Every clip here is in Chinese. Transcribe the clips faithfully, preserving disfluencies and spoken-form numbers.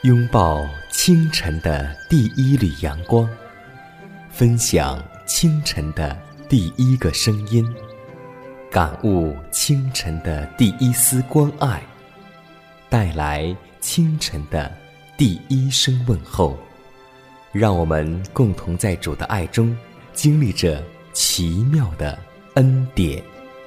拥抱清晨的第一缕阳光，分享清晨的第一个声音，感悟清晨的第一丝关爱，带来清晨的第一声问候。让我们共同在主的爱中经历着奇妙的恩典。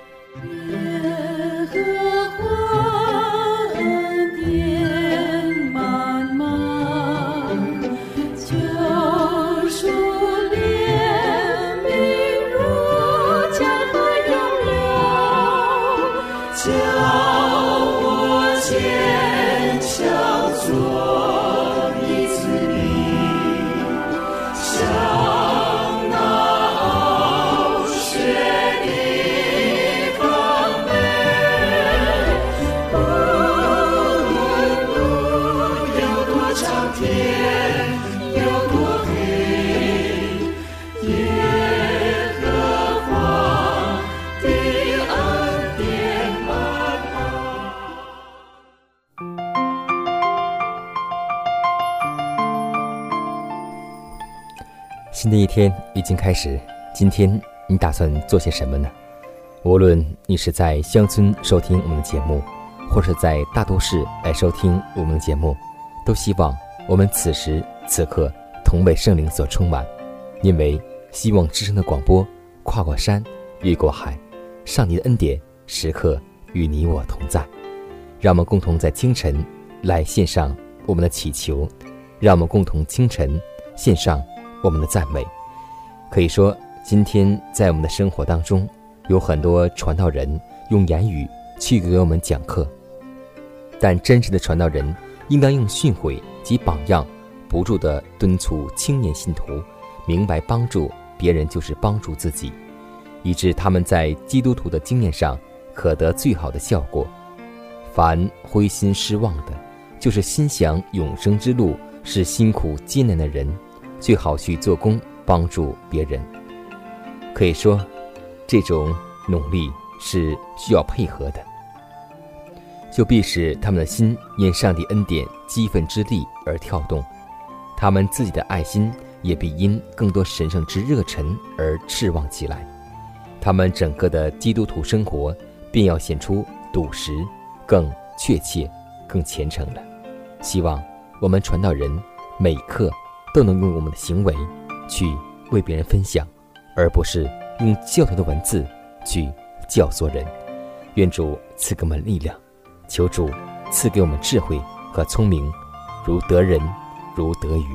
新的一天已经开始，今天你打算做些什么呢？无论你是在乡村收听我们的节目，或是在大都市来收听我们的节目，都希望我们此时此刻同被圣灵所充满，因为希望之声的广播跨过山越过海，上帝的恩典时刻与你我同在。让我们共同在清晨来献上我们的祈求，让我们共同清晨献上我们的赞美。可以说，今天在我们的生活当中，有很多传道人用言语去给我们讲课，但真实的传道人应当用训诲及榜样，不住地敦促青年信徒明白，帮助别人就是帮助自己，以致他们在基督徒的经验上可得最好的效果。凡灰心失望的，就是心想永生之路是辛苦艰难的人，最好去做工帮助别人。可以说，这种努力是需要配合的，就必使他们的心因上帝恩典激愤之力而跳动，他们自己的爱心也必因更多神圣之热忱而炽旺起来。他们整个的基督徒生活便要显出笃实、更确切、更虔诚了。希望我们传道人每刻都能用我们的行为去为别人分享，而不是用教条的文字去教唆人。愿主赐给我们力量，求主赐给我们智慧和聪明，如得人，如得鱼。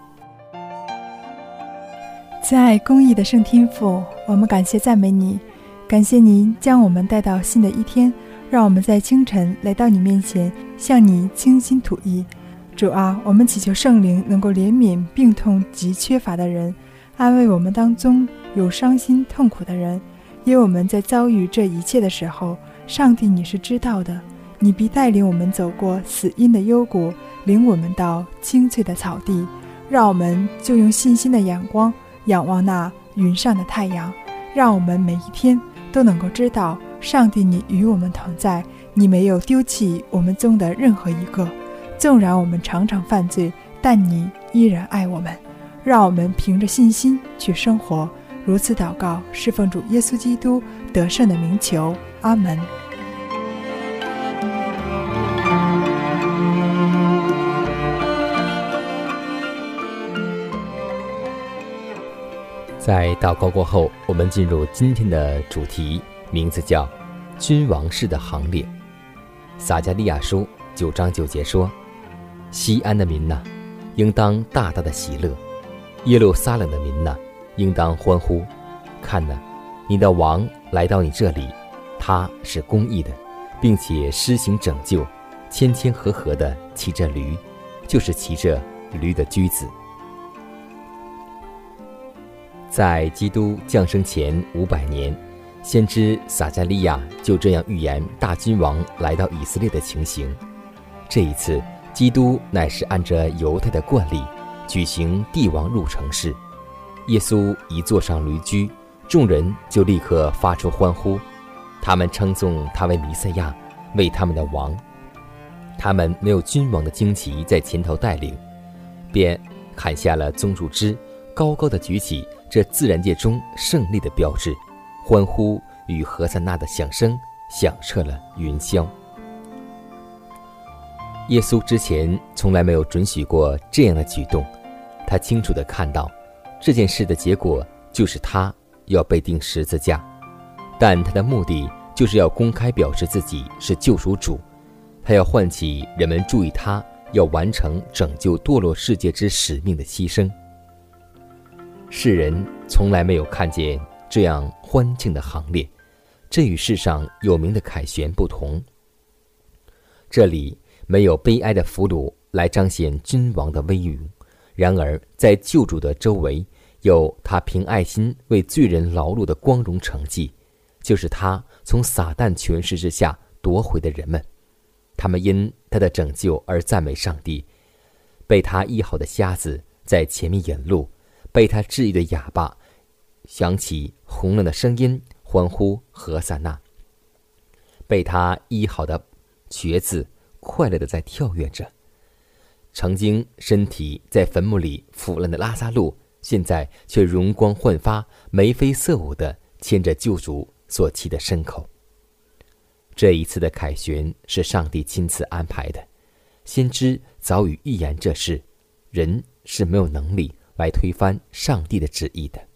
慈爱公义的圣天父，我们感谢赞美你，感谢您将我们带到新的一天，让我们在清晨来到你面前，向你倾心吐意。主啊，我们祈求圣灵能够怜悯病痛及缺乏的人，安慰我们当中有伤心痛苦的人。因为我们在遭遇这一切的时候，上帝你是知道的，你必带领我们走过死荫的幽谷，领我们到青翠的草地。让我们就用信心的眼光仰望那云上的太阳，让我们每一天都能够知道，上帝你与我们同在，你没有丢弃我们中的任何一个。纵然我们常常犯罪，但你依然爱我们。让我们凭着信心去生活。如此祷告，是奉主耶稣基督得胜的名求，阿门。 在祷告过后，我们进入今天的主题，名字叫君王式的行列。撒迦利亚书九章九节说，西安的民哪，应当大大的喜乐；耶路撒冷的民哪，应当欢呼。看哪，你的王来到你这里，他是公义的，并且施行拯救，谦谦和和地骑着驴，就是骑着驴的驹子。在基督降生前五百年，先知撒迦利亚就这样预言大君王来到以色列的情形。这一次，基督乃是按着犹太的惯例举行帝王入城式。耶稣一坐上驴驹，众人就立刻发出欢呼，他们称颂他为弥赛亚，为他们的王。 他们没有君王的旌旗在前头带领，便砍下了棕树枝，高高的举起这自然界中胜利的标志，欢呼与何塞纳的响声响彻了云霄。耶稣之前从来没有准许过这样的举动，他清楚地看到这件事的结果就是他要被钉十字架，但他的目的就是要公开表示自己是救赎主，他要唤起人们注意他要完成拯救堕落世界之使命的牺牲。世人从来没有看见这样欢庆的行列，这与世上有名的凯旋不同。这里没有悲哀的俘虏来彰显君王的威勇，然而在救主的周围有他凭爱心为罪人劳碌的光荣成绩，就是他从撒旦权势之下夺回的人们。他们因他的拯救而赞美上帝，被他医好的瞎子在前面引路，被他治愈的哑巴响起洪亮的声音欢呼何塞纳，被他医好的瘸子快乐地在跳跃着。曾经身体在坟墓里腐烂的拉撒路，现在却容光焕发，眉飞色舞地牵着救主所骑的牲口。这一次的凯旋是上帝亲自安排的，先知早已预言这事，人是没有能力来推翻上帝的旨意的。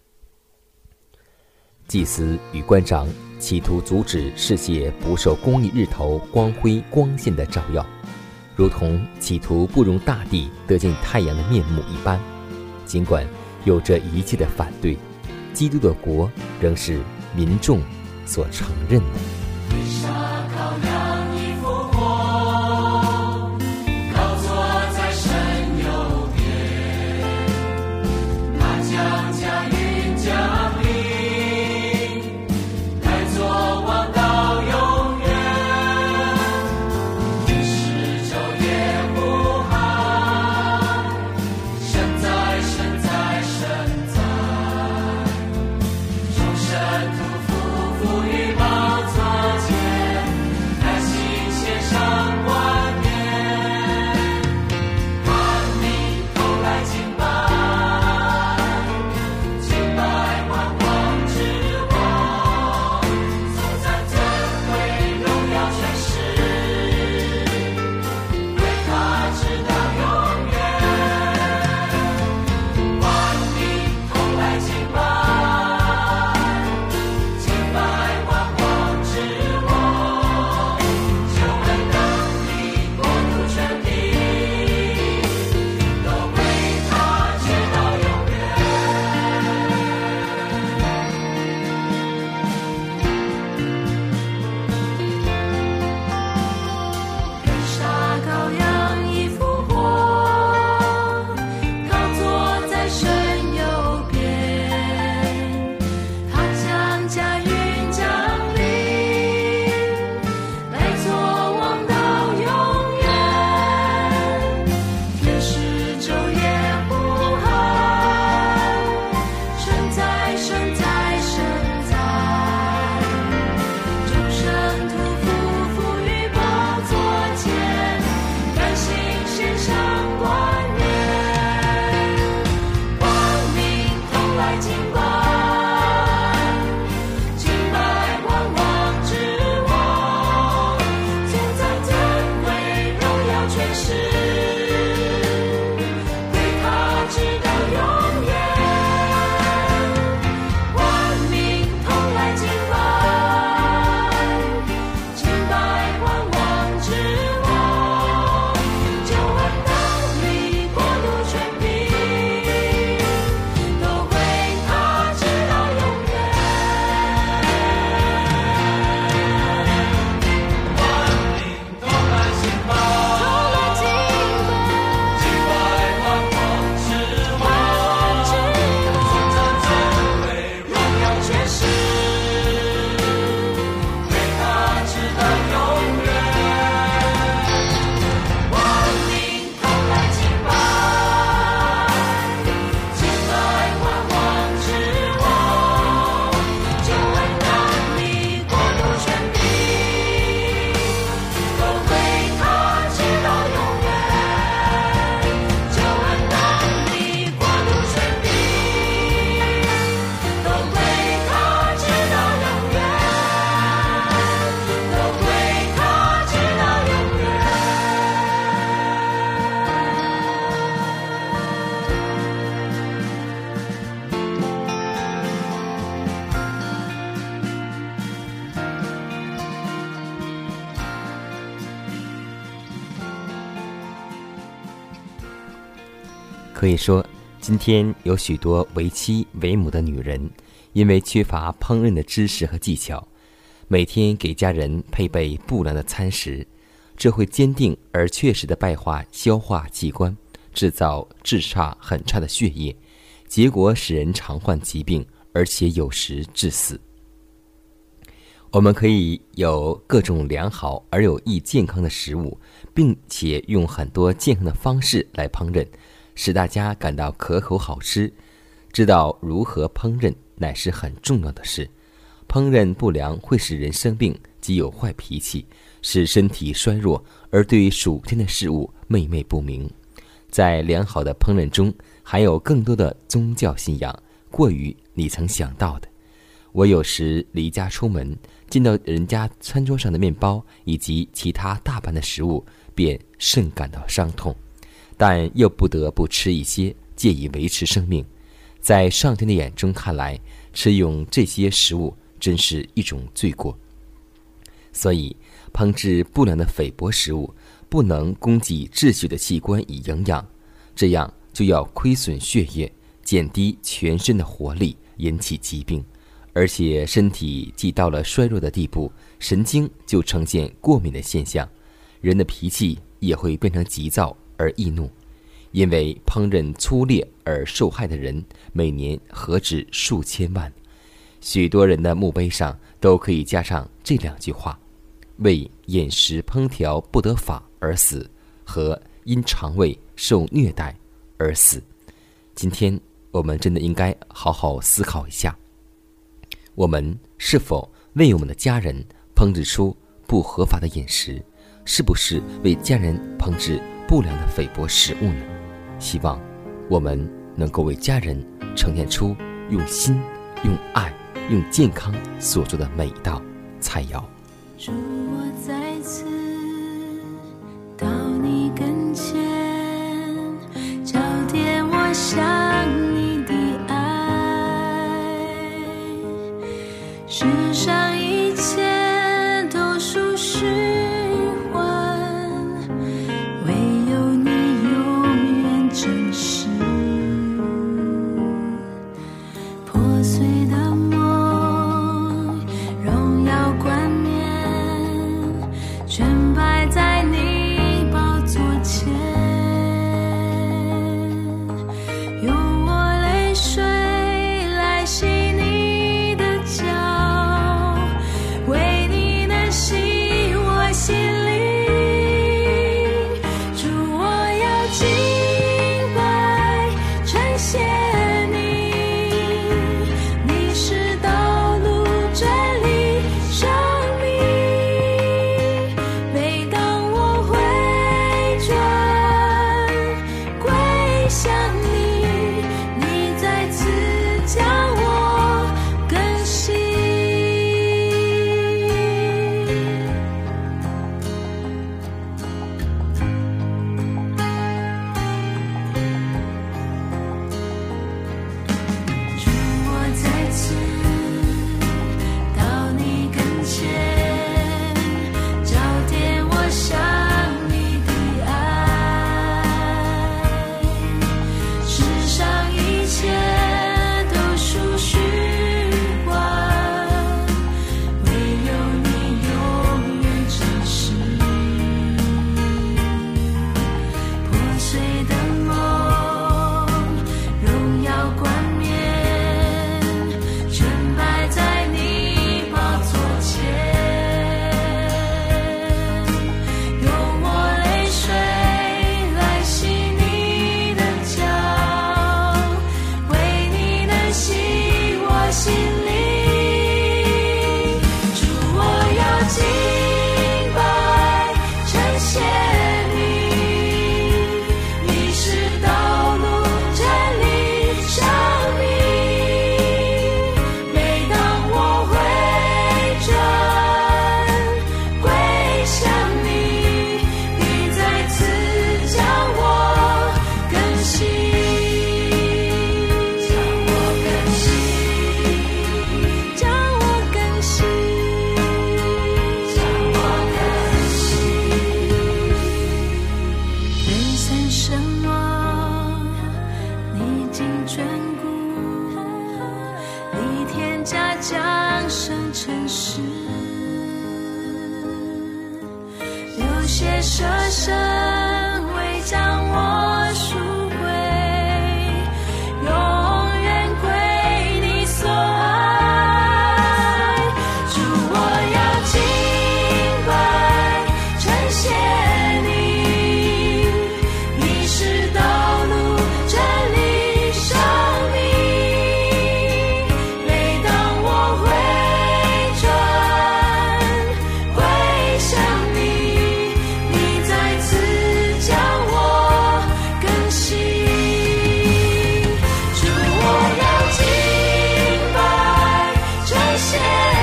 祭司与官长企图阻止世界不受公义日头光辉光线的照耀，如同企图不容大地得见太阳的面目一般。尽管有这一切的反对，基督的国仍是民众所承认的。 神徒夫妇与宝座前可以说，今天有许多为妻为母的女人，因为缺乏烹饪的知识和技巧，每天给家人配备不良的餐食，这会坚定而确实地败坏消化器官，制造质差很差的血液，结果使人常患疾病，而且有时致死。我们可以有各种良好而有益健康的食物，并且用很多健康的方式来烹饪，使大家感到可口好吃。知道如何烹饪乃是很重要的事。烹饪不良会使人生病，即有坏脾气，使身体衰弱，而对属天的事物昧昧不明。在良好的烹饪中，还有更多的宗教信仰，过于你曾想到的。我有时离家出门，见到人家餐桌上的面包以及其他大半的食物，便甚感到伤痛，但又不得不吃一些，借以维持生命。在上天的眼中看来，吃用这些食物真是一种罪过。所以烹制不良的菲薄食物，不能供给秩序的器官以营养，这样就要亏损血液，减低全身的活力，引起疾病。而且身体既到了衰弱的地步，神经就呈现过敏的现象，人的脾气也会变成急躁而易怒。因为烹饪粗劣而受害的人每年何止数千万，许多人的墓碑上都可以加上这两句话：为饮食烹调不得法而死，和因肠胃受虐待而死。今天我们真的应该好好思考一下，我们是否为我们的家人烹制出不合法的饮食？是不是为家人烹制不良的菲薄食物呢？希望我们能够为家人呈现出用心、用爱、用健康所做的每一道菜肴。 主，我再次到你跟前，交点我想你的爱，世上一切都属虚幻，唯有你永远真实。破碎的梦，荣耀冠冕，全诚实，流血舍身为将我赎回，永远归你所爱。主，我要敬拜称谢你，你是道路真理生命。每当我回转归向你，你再次将我更新。主，我要敬拜称谢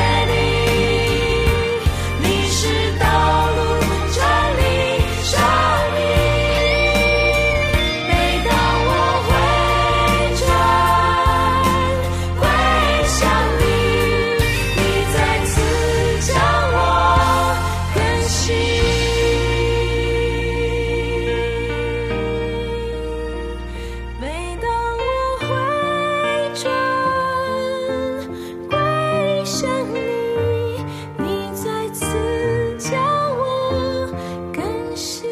你，你是道路真理生命。每当我回转归向你，你再次将我更新。每当我回转归向你，你再次将我更新。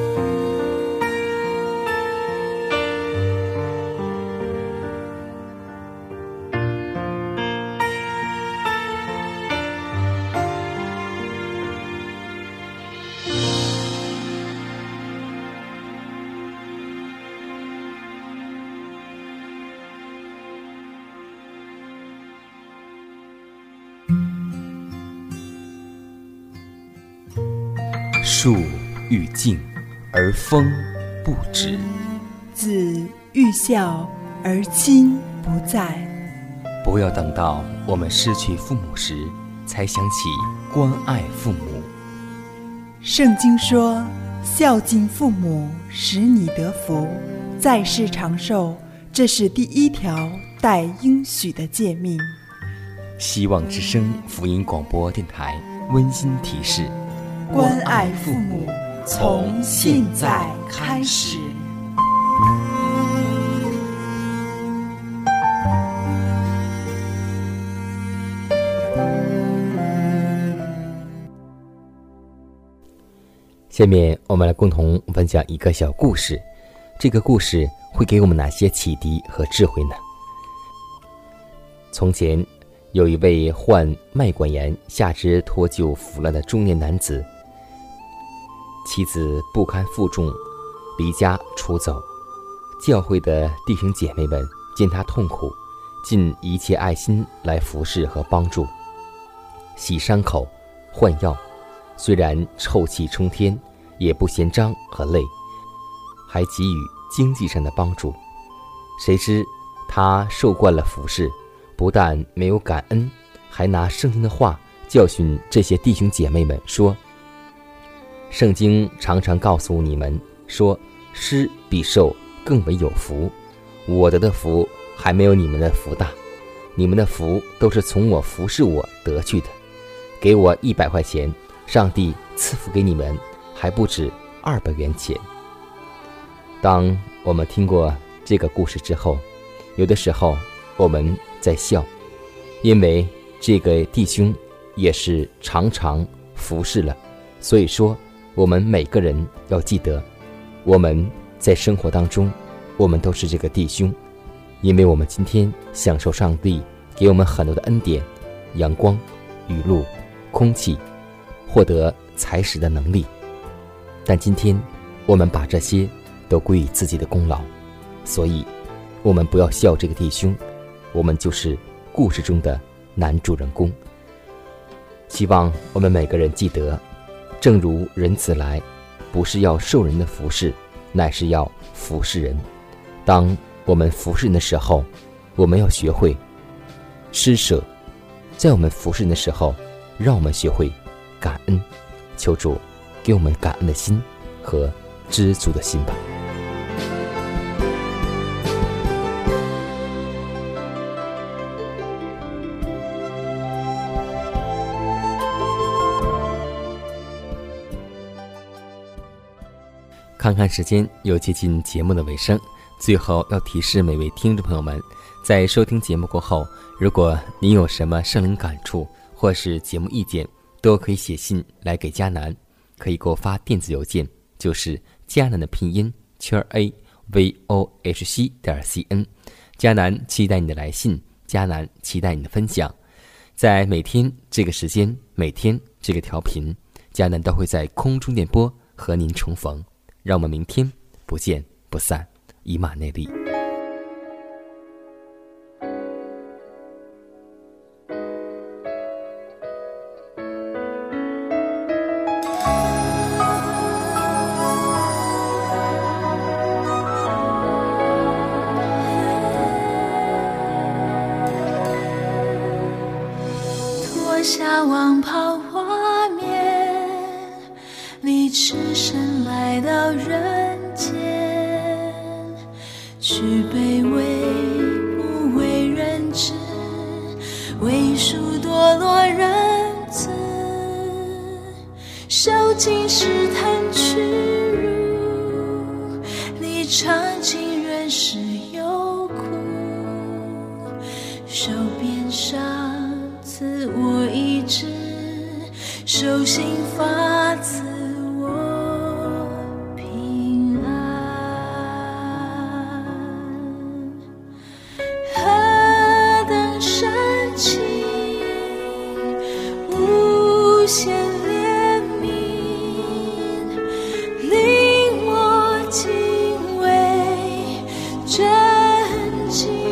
树欲静而风不止， 子欲孝而亲不在。 不要等到我们失去父母时，才想起关爱父母。 圣经说，孝敬父母使你得福，在世长寿，这是第一条带应许的诫命。 希望之声福音广播电台温馨提示： 关爱父母，从现在开始。 下面我们来共同分享一个小故事，这个故事会给我们哪些启迪和智慧呢？从前有一位患脉管炎、下肢脱臼腐烂的中年男子，妻子不堪负重，离家出走。教会的弟兄姐妹们见他痛苦，尽一切爱心来服侍和帮助，洗伤口、换药，虽然臭气冲天，也不嫌脏和累，还给予经济上的帮助。谁知他受惯了服侍，不但没有感恩，还拿圣经的话教训这些弟兄姐妹们说：圣经常常告诉你们说，施比受更为有福，我得的福还没有你们的福大，你们的福都是从我服侍我得去的。给我一百块钱，上帝赐福给你们还不止二百元钱。当我们听过这个故事之后，有的时候我们在笑，因为这个弟兄也是常常服侍了，所以说我们每个人要记得，我们在生活当中，我们都是这个弟兄，因为我们今天享受上帝给我们很多的恩典，阳光、雨露、空气，获得采食的能力，但今天我们把这些都归于自己的功劳，所以我们不要笑这个弟兄，我们就是故事中的男主人公。希望我们每个人记得，正如人子来，不是要受人的服侍，乃是要服侍人。当我们服侍人的时候，我们要学会施舍，在我们服侍人的时候，让我们学会感恩，求主给我们感恩的心和知足的心吧。看看时间，又接近节目的尾声，最后要提示每位听众朋友们，在收听节目过后，如果您有什么圣灵感触， 或是节目意见，都可以写信来给迦南，可以给我发电子邮件，就是迦南的拼音圈 a v o h c 点 c n。迦南期待你的来信，迦南期待你的分享。在每天这个时间，每天这个调频，迦南都会在空中电波和您重逢。让我们明天不见不散，以马内利。 下王袍画面里，赤身来到人间，去卑微不为人知，为赎堕落人子，受尽试探屈辱，你尝尽人世忧苦，受鞭伤赐我医治，受刑罚赐我平安。何等深情，无限怜悯，令我敬畏震惊。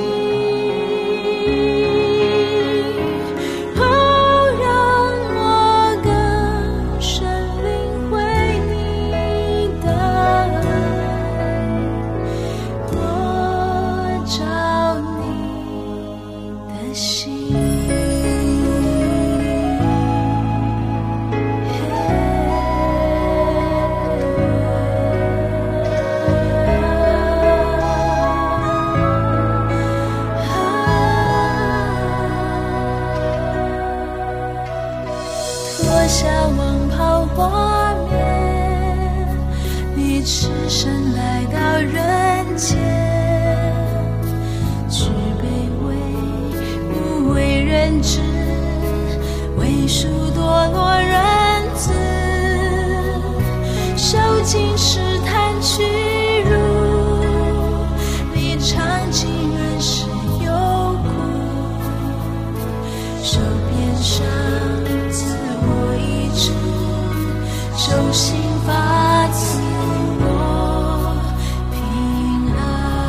脱下王袍画面，你赤身来到人间，去卑微不为人知，为赎堕落人子，受尽试探屈辱，你尝尽人世忧苦，受鞭伤受刑罚赐我平安。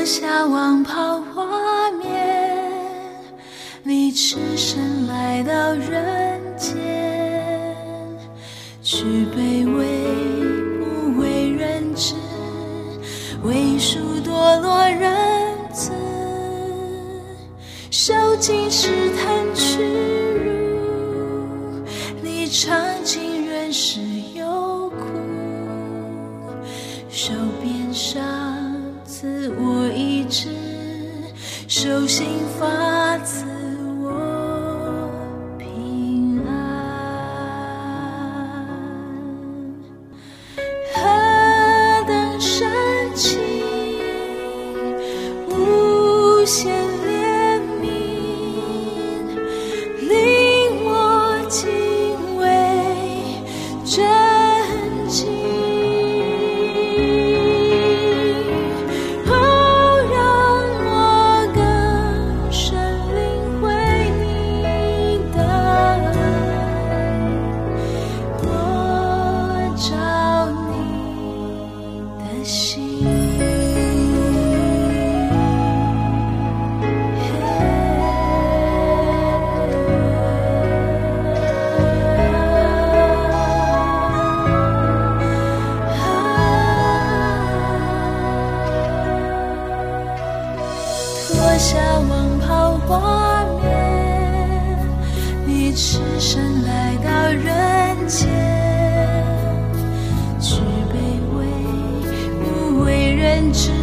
脱下王袍画面，你赤身来到人间，去卑微不为人知，为赎堕落人子，受尽试探屈辱，你尝尽人世忧苦，受鞭伤赐我医治，受刑罚赐我平安。何等深情，无限怜悯，令我敬畏震惊。哦，让我更深领会你的爱，我照你的心。脱下王袍画面，你赤身来到人间，去卑微不为人知，